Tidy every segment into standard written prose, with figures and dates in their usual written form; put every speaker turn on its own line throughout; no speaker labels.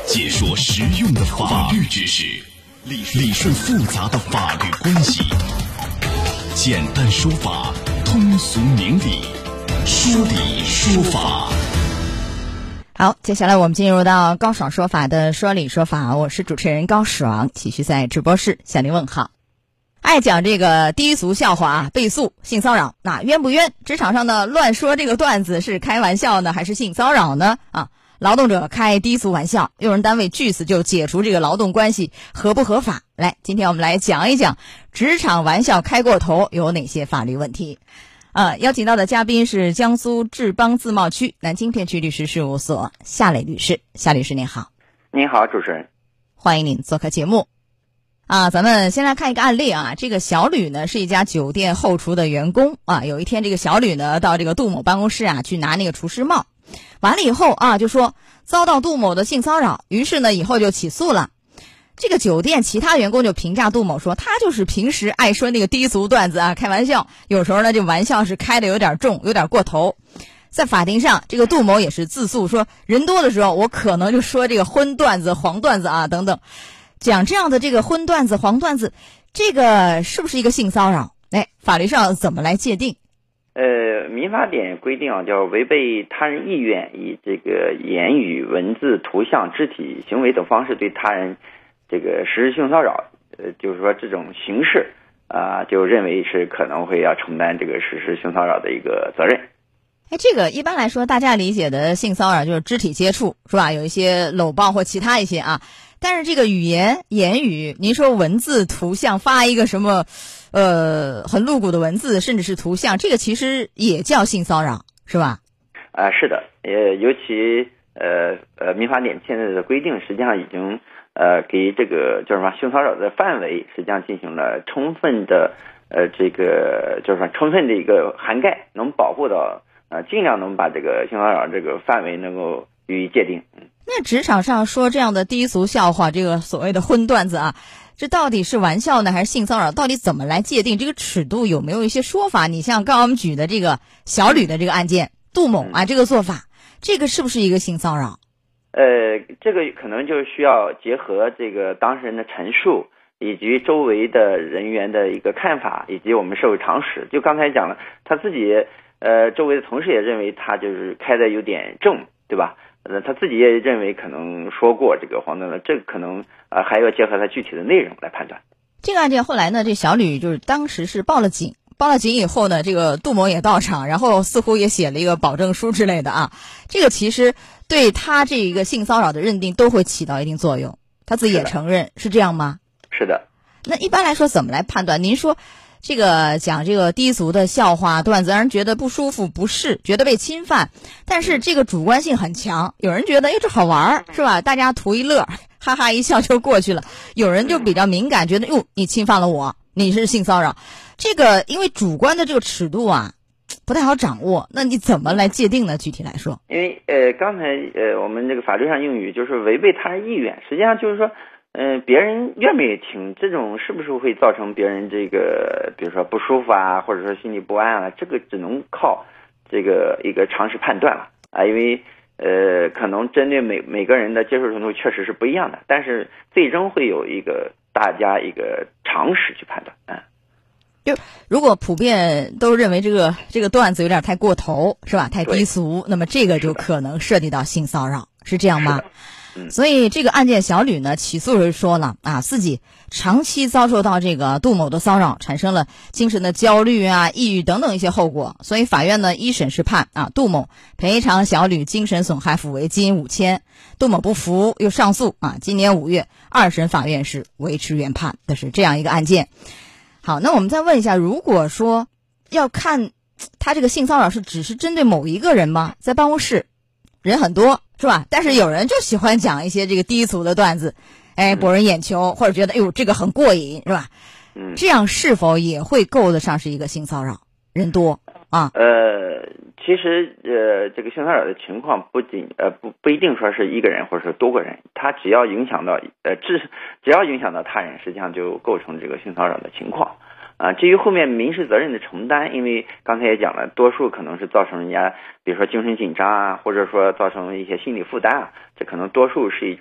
解说实用的法律知识，理顺复杂的法律关系，简单说法，通俗明理，说理说法。
好，接下来我们进入到高爽说法的说理说法，我是主持人高爽，继续在直播室向您问好。爱讲这个低俗笑话啊，被诉性骚扰，那冤不冤？职场上的乱说这个段子是开玩笑呢，还是性骚扰呢？劳动者开低俗玩笑，用人单位据此就解除这个劳动关系，合不合法？来，今天我们来讲一讲职场玩笑开过头有哪些法律问题。邀请到的嘉宾是江苏志邦自贸区南京片区律师事务所夏磊律师。夏律师您好。
您好，主持人。
欢迎您做客节目。咱们先来看一个案例啊。这个小吕呢是一家酒店后厨的员工啊。有一天这个小吕呢到这个杜某办公室啊去拿那个厨师帽，完了以后就说遭到杜某的性骚扰，于是呢以后就起诉了。这个酒店其他员工就评价杜某说，他就是平时爱说那个低俗段子啊，开玩笑，有时候呢这玩笑是开的有点重，有点过头。在法庭上，这个杜某也是自诉说，人多的时候我可能就说这个荤段子、黄段子啊等等，讲这样的这个荤段子、黄段子，这个是不是一个性骚扰？法律上怎么来界定？
民法典规定叫违背他人意愿，以这个言语、文字、图像、肢体行为等方式对他人这个实施性骚扰，就是说这种形式就认为是可能会要承担这个实施性骚扰的一个责任。
这个一般来说大家理解的性骚扰就是肢体接触，是吧？有一些搂抱或其他一些啊。但是这个言语，您说文字、图像，发一个什么很露骨的文字，甚至是图像，这个其实也叫性骚扰，是吧？
是的，尤其民法典现在的规定，实际上已经给这个叫什么性骚扰的范围，实际上进行了充分的这个叫什么充分的一个涵盖，能保护到尽量能把这个性骚扰这个范围能够予以界定。
那职场上说这样的低俗笑话，这个所谓的荤段子啊，这到底是玩笑呢，还是性骚扰？到底怎么来界定？这个尺度有没有一些说法？你像刚刚我们举的这个小吕的这个案件，杜某这个做法，这个是不是一个性骚扰？
这个可能就需要结合这个当事人的陈述，以及周围的人员的一个看法，以及我们社会常识。就刚才讲了，他自己周围的同事也认为他就是开的有点重，对吧？他自己也认为可能说过这个黄段子，这个可能还要结合他具体的内容来判断。
这个案件后来呢，这小吕就是当时是报了警以后呢，这个杜某也到场，然后似乎也写了一个保证书之类的啊。这个其实对他这一个性骚扰的认定都会起到一定作用，他自己也承认，是这样吗？
是的。
那一般来说怎么来判断？您说这个讲这个低俗的笑话段子让人觉得不舒服不适，觉得被侵犯，但是这个主观性很强，有人觉得这好玩是吧，大家图一乐，哈哈一笑就过去了，有人就比较敏感，觉得你侵犯了我，你是性骚扰。这个因为主观的这个尺度不太好掌握，那你怎么来界定呢？具体来说，
因为刚才我们这个法律上用语就是违背他人意愿，实际上就是说别人愿不愿意听，这种是不是会造成别人这个比如说不舒服或者说心里不安这个只能靠这个一个常识判断了因为可能针对每个人的接受程度确实是不一样的，但是最终会有一个大家一个常识去判断
就如果普遍都认为这个段子有点太过头，是吧？太低俗，那么这个就可能涉及到性骚扰，是这样吗？所以这个案件小吕呢起诉时说了自己长期遭受到这个杜某的骚扰，产生了精神的焦虑抑郁等等一些后果，所以法院呢一审是判杜某赔偿小吕精神损害抚慰金5000，杜某不服又上诉今年5月二审法院是维持原判的，是这样一个案件。好，那我们再问一下，如果说要看他这个性骚扰是只是针对某一个人吗？在办公室人很多是吧？但是有人就喜欢讲一些这个低俗的段子，博人眼球，或者觉得这个很过瘾，是吧？这样是否也会够得上是一个性骚扰？人多
其实这个性骚扰的情况不一定说是一个人或者是多个人，他只要影响到只要影响到他人，实际上就构成这个性骚扰的情况。至于后面民事责任的承担，因为刚才也讲了，多数可能是造成人家比如说精神紧张或者说造成一些心理负担这可能多数是一种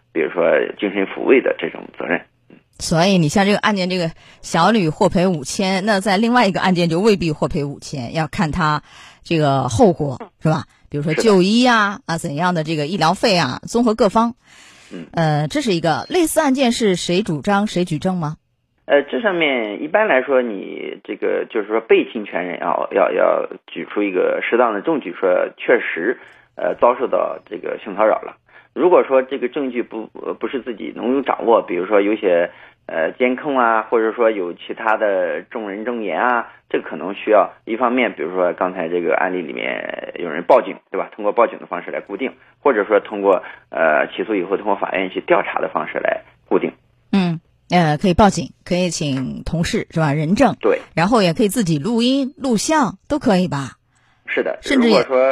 比如说精神抚慰的这种责任。
所以你像这个案件，这个小吕获赔5000，那在另外一个案件就未必获赔5000，要看他这个后果是吧？比如说就医啊怎样的这个医疗费啊，综合各方。这是一个类似案件是谁主张谁举证吗？
这上面一般来说，你这个就是说被侵权人要举出一个适当的证据，说确实遭受到这个性骚扰了。如果说这个证据不是自己能够掌握，比如说有些监控啊，或者说有其他的证人证言啊，这个可能需要一方面，比如说刚才这个案例里面有人报警，对吧？通过报警的方式来固定，或者说通过起诉以后通过法院去调查的方式来固定。
可以报警，可以请同事是吧？人证，
对，
然后也可以自己录音、录像，都可以吧？
是的，
甚至
如果说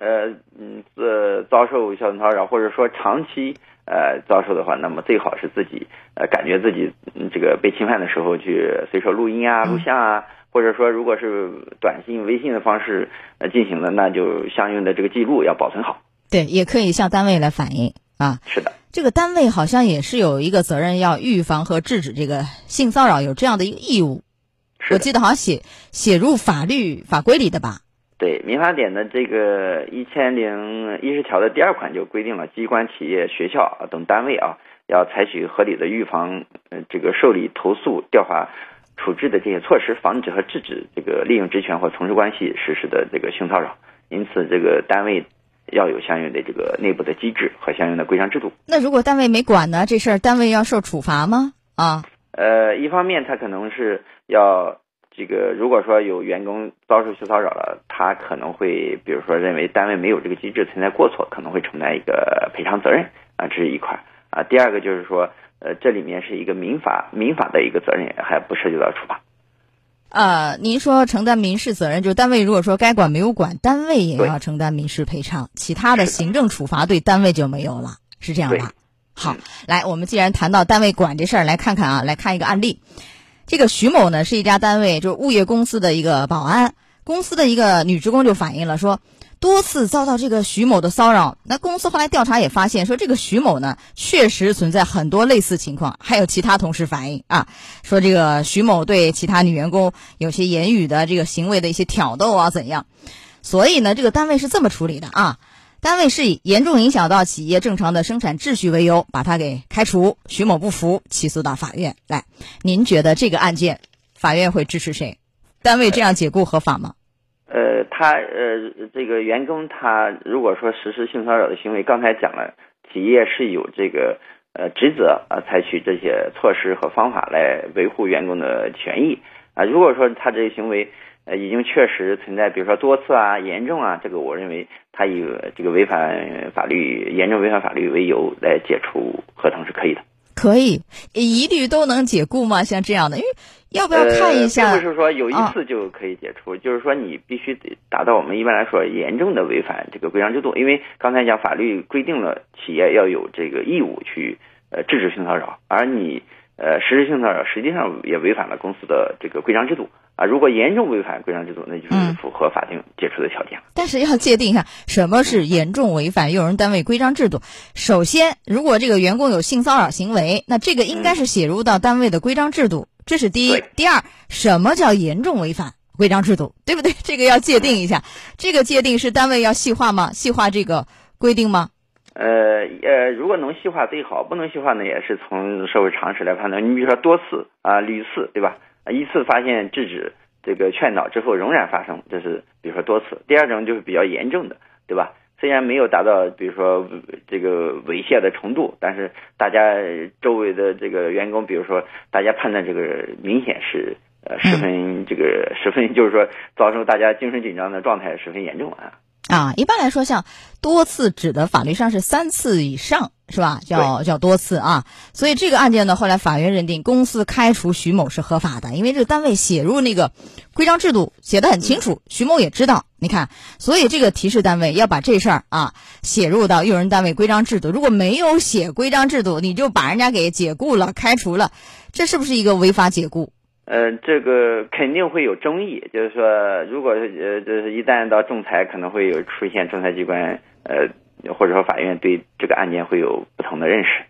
遭受性骚扰，或者说长期遭受的话，那么最好是自己感觉自己这个被侵犯的时候去随手录音啊、录像啊，或者说如果是短信、微信的方式进行的，那就相应的这个记录要保存好。
对，也可以向单位来反映啊。
是的，
这个单位好像也是有一个责任，要预防和制止这个性骚扰，有这样的一个义务。我记得好像写入法规里的吧？
对，民法典的这个1010条的第2款就规定了，机关、企业、学校等单位要采取合理的预防这个受理、投诉、调查、处置的这些措施，防止和制止这个利用职权或从事关系实施的这个性骚扰。因此，这个单位要有相应的这个内部的机制和相应的规章制度。那
如果单位没管呢，这事儿单位要受处罚吗？
一方面他可能是要这个，如果说有员工遭受性骚扰了，他可能会比如说认为单位没有这个机制，存在过错，可能会承担一个赔偿责任这是一块第二个就是说这里面是一个民法的一个责任，还不涉及到处罚。
您说承担民事责任，就是单位如果说该管没有管，单位也要承担民事赔偿，其他的行政处罚对单位就没有了，是这样吧？好，来，我们既然谈到单位管这事儿，来看看来看一个案例。这个徐某呢是一家单位，就是物业公司的一个保安，公司的一个女职工就反映了说，多次遭到这个徐某的骚扰。那公司后来调查也发现，说这个徐某呢确实存在很多类似情况，还有其他同事反映说这个徐某对其他女员工有些言语的这个行为的一些挑逗怎样。所以呢，这个单位是这么处理的单位是以严重影响到企业正常的生产秩序为由，把他给开除。徐某不服，起诉到法院。来，您觉得这个案件法院会支持谁？单位这样解雇合法吗？
这个员工他如果说实施性骚扰的行为，刚才讲了，企业是有这个职责采取这些措施和方法来维护员工的权益如果说他这个行为已经确实存在，比如说多次严重这个我认为他以这个严重违反法律为由来解除合同是可以的。
可以，一律都能解雇吗？像这样的，因为要不要看一下？
并不是说有一次就可以解除，就是说你必须得达到我们一般来说严重的违反这个规章制度。因为刚才讲法律规定了企业要有这个义务去制止性骚扰，而你实施性骚扰实际上也违反了公司的这个规章制度如果严重违反规章制度，那就是符合法定解除的条件。
但是要界定一下什么是严重违反用人单位规章制度。首先，如果这个员工有性骚扰行为，那这个应该是写入到单位的规章制度，这是第一。第二，什么叫严重违反规章制度，对不对？这个要界定一下。这个界定是单位要细化吗？细化这个规定吗？
如果能细化最好，不能细化呢，也是从社会常识来判断。你比如说多次屡次，对吧？一次发现制止这个劝导之后仍然发生，这是比如说多次。第二种就是比较严重的，对吧？虽然没有达到比如说这个猥亵的程度，但是大家周围的这个员工，比如说大家判断这个明显是十分就是说造成大家精神紧张的状态十分严重
一般来说，像多次指的法律上是3次以上，是吧？叫多次所以这个案件呢，后来法院认定公司开除徐某是合法的，因为这个单位写入那个规章制度写得很清楚，徐某也知道。你看，所以这个提示单位要把这事儿写入到用人单位规章制度。如果没有写规章制度，你就把人家给解雇了、开除了，这是不是一个违法解雇？
这个肯定会有争议，就是说，如果就是一旦到仲裁，可能会有出现仲裁机关或者说法院对这个案件会有不同的认识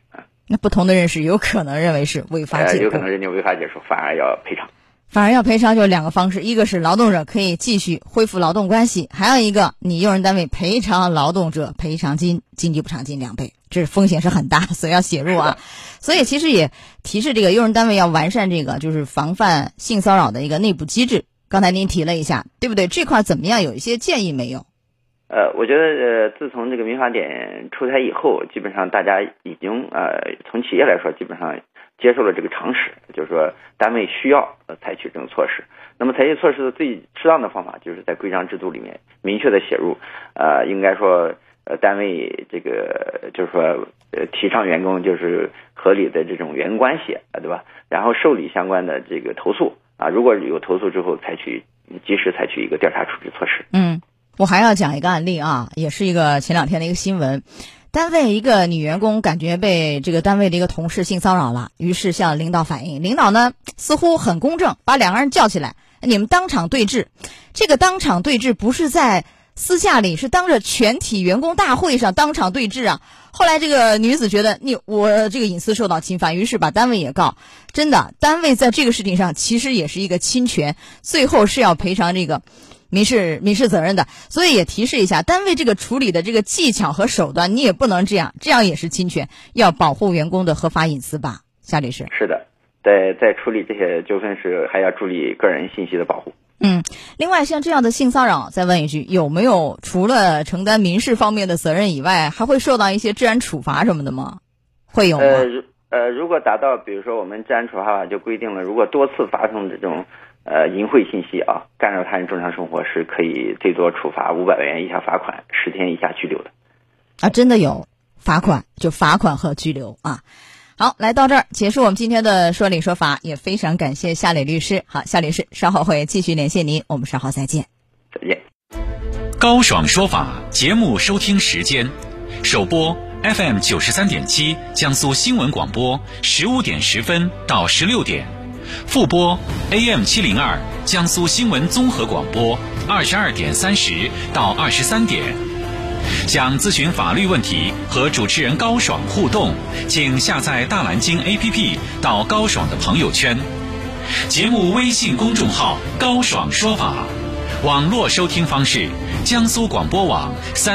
那不同的人士有可能认为是违法解雇，
有可能人家违法解雇，反而要赔偿。
就两个方式，一个是劳动者可以继续恢复劳动关系，还有一个你用人单位赔偿劳动者赔偿金、经济补偿金2倍，这是风险是很大，所以要写入啊。所以其实也提示这个用人单位要完善这个就是防范性骚扰的一个内部机制。刚才您提了一下，对不对？这块怎么样？有一些建议没有？
我觉得自从这个民法典出台以后，基本上大家已经从企业来说，基本上接受了这个常识，就是说单位需要采取这种措施。那么采取措施的最适当的方法，就是在规章制度里面明确的写入，应该说单位这个就是说提倡员工就是合理的这种员工关系，对吧？然后受理相关的这个投诉如果有投诉之后，及时采取一个调查处置措施。
我还要讲一个案例啊，也是一个前2天的一个新闻。单位一个女员工感觉被这个单位的一个同事性骚扰了，于是向领导反映，领导呢似乎很公正，把2个人叫起来，你们当场对质。这个当场对质不是在私下里，是当着全体员工大会上当场对质啊。后来这个女子觉得我这个隐私受到侵犯，于是把单位也告。真的，单位在这个事情上其实也是一个侵权，最后是要赔偿这个民事责任的。所以也提示一下，单位这个处理的这个技巧和手段，你也不能这样也是侵权，要保护员工的合法隐私吧，夏律师。
是的，在处理这些纠纷时，还要注意个人信息的保护。
另外像这样的性骚扰，再问一句，有没有除了承担民事方面的责任以外，还会受到一些治安处罚什么的吗？会有吗？
如果达到比如说我们治安处罚法就规定了，如果多次发送这种淫秽信息干扰他人正常生活，是可以最多处罚500万元以下罚款，10天以下拘留的。
真的有罚款，就罚款和拘留啊。好，来到这儿结束我们今天的说理说法，也非常感谢夏磊律师。好，夏律师稍后会继续联系您，我们稍后再见。
再见。
高爽说法节目收听时间：首播 FM 93.7江苏新闻广播15点10分到16点，复播 AM 702江苏新闻综合广播22点30到23点。想咨询法律问题和主持人高爽互动，请下载大蓝鲸 APP 到高爽的朋友圈。节目微信公众号高爽说法，网络收听方式江苏广播网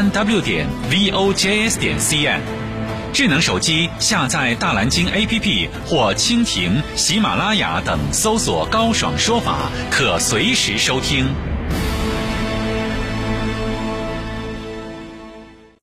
3w.vojs.cn， 智能手机下载大蓝鲸 APP 或蜻蜓、喜马拉雅等搜索高爽说法，可随时收听。